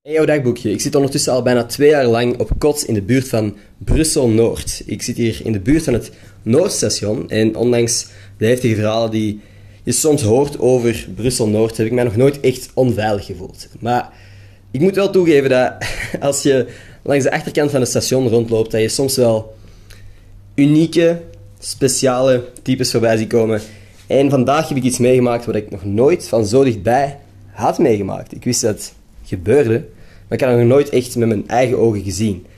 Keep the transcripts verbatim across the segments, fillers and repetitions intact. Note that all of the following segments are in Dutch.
Hey, jouw dagboekje. Ik zit ondertussen al bijna twee jaar lang op kot in de buurt van Brussel-Noord. Ik zit hier in de buurt van het Noordstation en ondanks de heftige verhalen die je soms hoort over Brussel-Noord, heb ik mij nog nooit echt onveilig gevoeld. Maar ik moet wel toegeven dat als je langs de achterkant van het station rondloopt, dat je soms wel unieke, speciale types voorbij ziet komen. En vandaag heb ik iets meegemaakt wat ik nog nooit van zo dichtbij had meegemaakt. Ik wist dat het gebeurde, maar ik had het nog nooit echt met mijn eigen ogen gezien.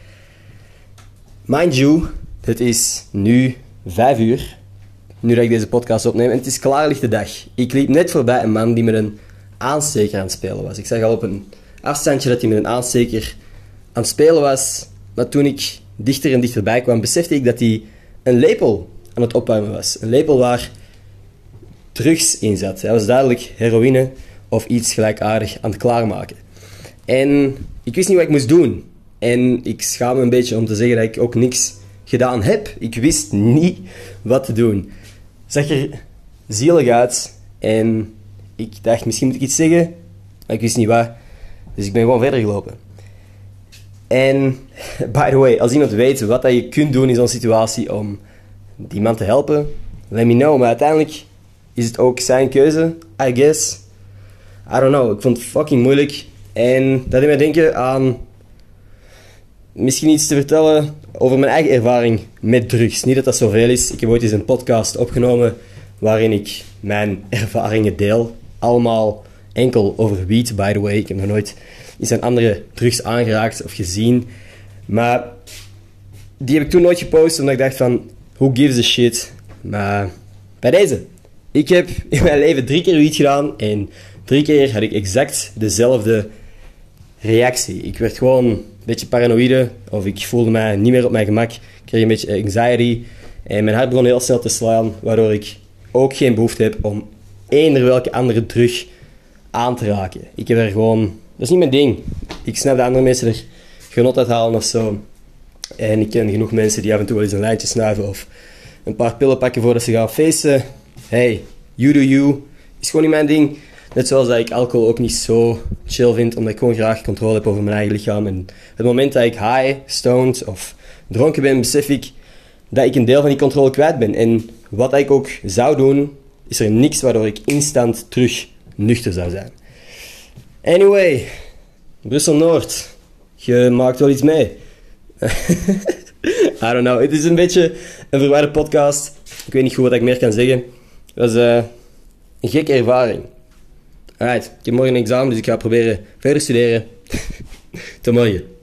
Mind you, het is nu vijf uur, nu dat ik deze podcast opneem, en het is klaarlichte dag. Ik liep net voorbij een man die met een aansteker aan het spelen was. Ik zag al op een afstandje dat hij met een aansteker aan het spelen was, maar toen ik dichter en dichterbij kwam, besefte ik dat hij een lepel aan het opwarmen was. Een lepel waar drugs in zat. Hij was duidelijk heroïne of iets gelijkaardig aan het klaarmaken. En ik wist niet wat ik moest doen. En ik schaam me een beetje om te zeggen dat ik ook niks gedaan heb. Ik wist niet wat te doen. Het zag er zielig uit. En ik dacht, misschien moet ik iets zeggen. Maar ik wist niet wat. Dus ik ben gewoon verder gelopen. En, by the way, als iemand weet wat dat je kunt doen in zo'n situatie om die man te helpen, let me know. Maar uiteindelijk is het ook zijn keuze, I guess. I don't know. Ik vond het fucking moeilijk. En dat deed mij denken aan misschien iets te vertellen over mijn eigen ervaring met drugs. Niet dat dat zoveel is. Ik heb ooit eens een podcast opgenomen waarin ik mijn ervaringen deel. Allemaal enkel over wiet, by the way. Ik heb nog nooit iets aan andere drugs aangeraakt of gezien. Maar die heb ik toen nooit gepost, omdat ik dacht van, who gives a shit? Maar bij deze. Ik heb in mijn leven drie keer wiet gedaan en drie keer had ik exact dezelfde reactie. Ik werd gewoon een beetje paranoïde, of ik voelde mij niet meer op mijn gemak. Ik kreeg een beetje anxiety en mijn hart begon heel snel te slaan, waardoor ik ook geen behoefte heb om eender welke andere drug aan te raken. Ik heb er gewoon... Dat is niet mijn ding. Ik snap dat andere mensen er genot uit halen of zo. En ik ken genoeg mensen die af en toe wel eens een lijntje snuiven of een paar pillen pakken voordat ze gaan feesten. Hey, you do you. Is gewoon niet mijn ding. Net zoals dat ik alcohol ook niet zo chill vind, omdat ik gewoon graag controle heb over mijn eigen lichaam. En het moment dat ik high, stoned of dronken ben, besef ik dat ik een deel van die controle kwijt ben. En wat ik ook zou doen, is er niks waardoor ik instant terug nuchter zou zijn. Anyway, Brussel-Noord, je maakt wel iets mee. I don't know, het is een beetje een verwarde podcast. Ik weet niet goed wat ik meer kan zeggen. Het was uh, een gekke ervaring. Alright, ik heb morgen een examen, dus ik ga proberen verder studeren. Tot morgen.